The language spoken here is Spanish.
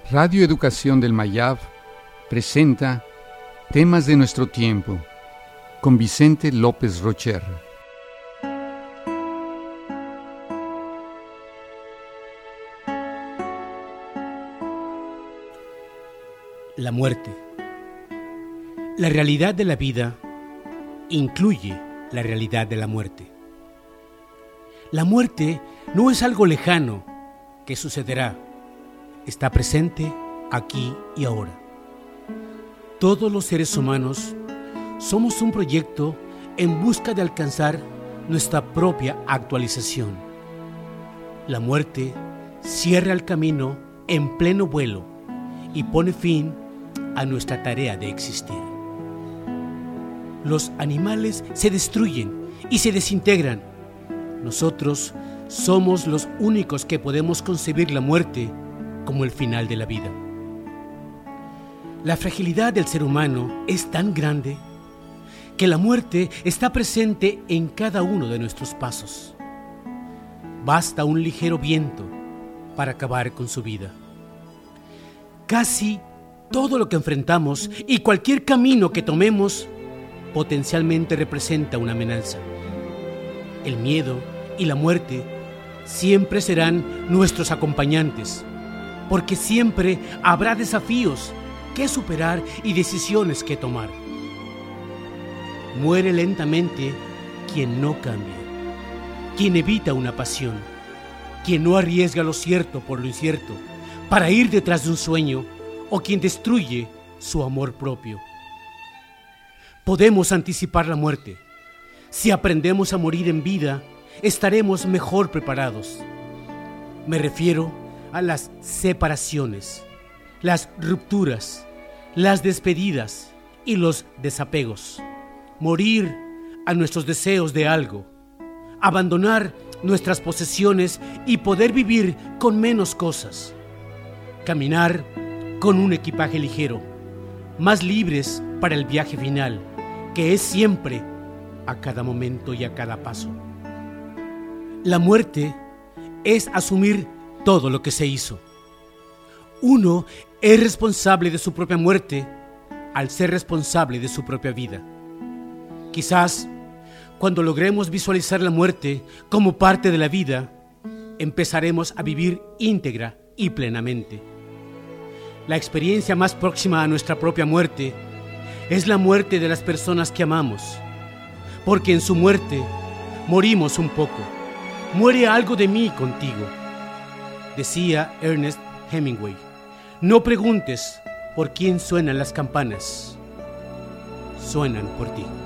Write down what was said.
Radio Educación del Mayab presenta Temas de nuestro tiempo con Vicente López Rocher. La muerte. La realidad de la vida incluye la realidad de la muerte. La muerte no es algo lejano que sucederá. Está presente aquí y ahora. Todos los seres humanos somos un proyecto en busca de alcanzar nuestra propia actualización. La muerte cierra el camino en pleno vuelo y pone fin a nuestra tarea de existir. Los animales se destruyen y se desintegran. Nosotros somos los únicos que podemos concebir la muerte como el final de la vida. La fragilidad del ser humano es tan grande que la muerte está presente en cada uno de nuestros pasos. Basta un ligero viento para acabar con su vida. Casi todo lo que enfrentamos y cualquier camino que tomemos potencialmente representa una amenaza. El miedo y la muerte siempre serán nuestros acompañantes, porque siempre habrá desafíos que superar y decisiones que tomar. Muere lentamente quien no cambia, quien evita una pasión, quien no arriesga lo cierto por lo incierto para ir detrás de un sueño, o quien destruye su amor propio. Podemos anticipar la muerte. Si aprendemos a morir en vida, estaremos mejor preparados. Me refiero a las separaciones, las rupturas, las despedidas y los desapegos. Morir a nuestros deseos de algo, abandonar nuestras posesiones y poder vivir con menos cosas. Caminar con un equipaje ligero, más libres para el viaje final, que es siempre, a cada momento y a cada paso. La muerte es asumir todo lo que se hizo. Uno es responsable de su propia muerte al ser responsable de su propia vida. Quizás, cuando logremos visualizar la muerte como parte de la vida, empezaremos a vivir íntegra y plenamente. La experiencia más próxima a nuestra propia muerte es la muerte de las personas que amamos, porque en su muerte morimos un poco. Muere algo de mí contigo, decía Ernest Hemingway. No preguntes por quién suenan las campanas, suenan por ti.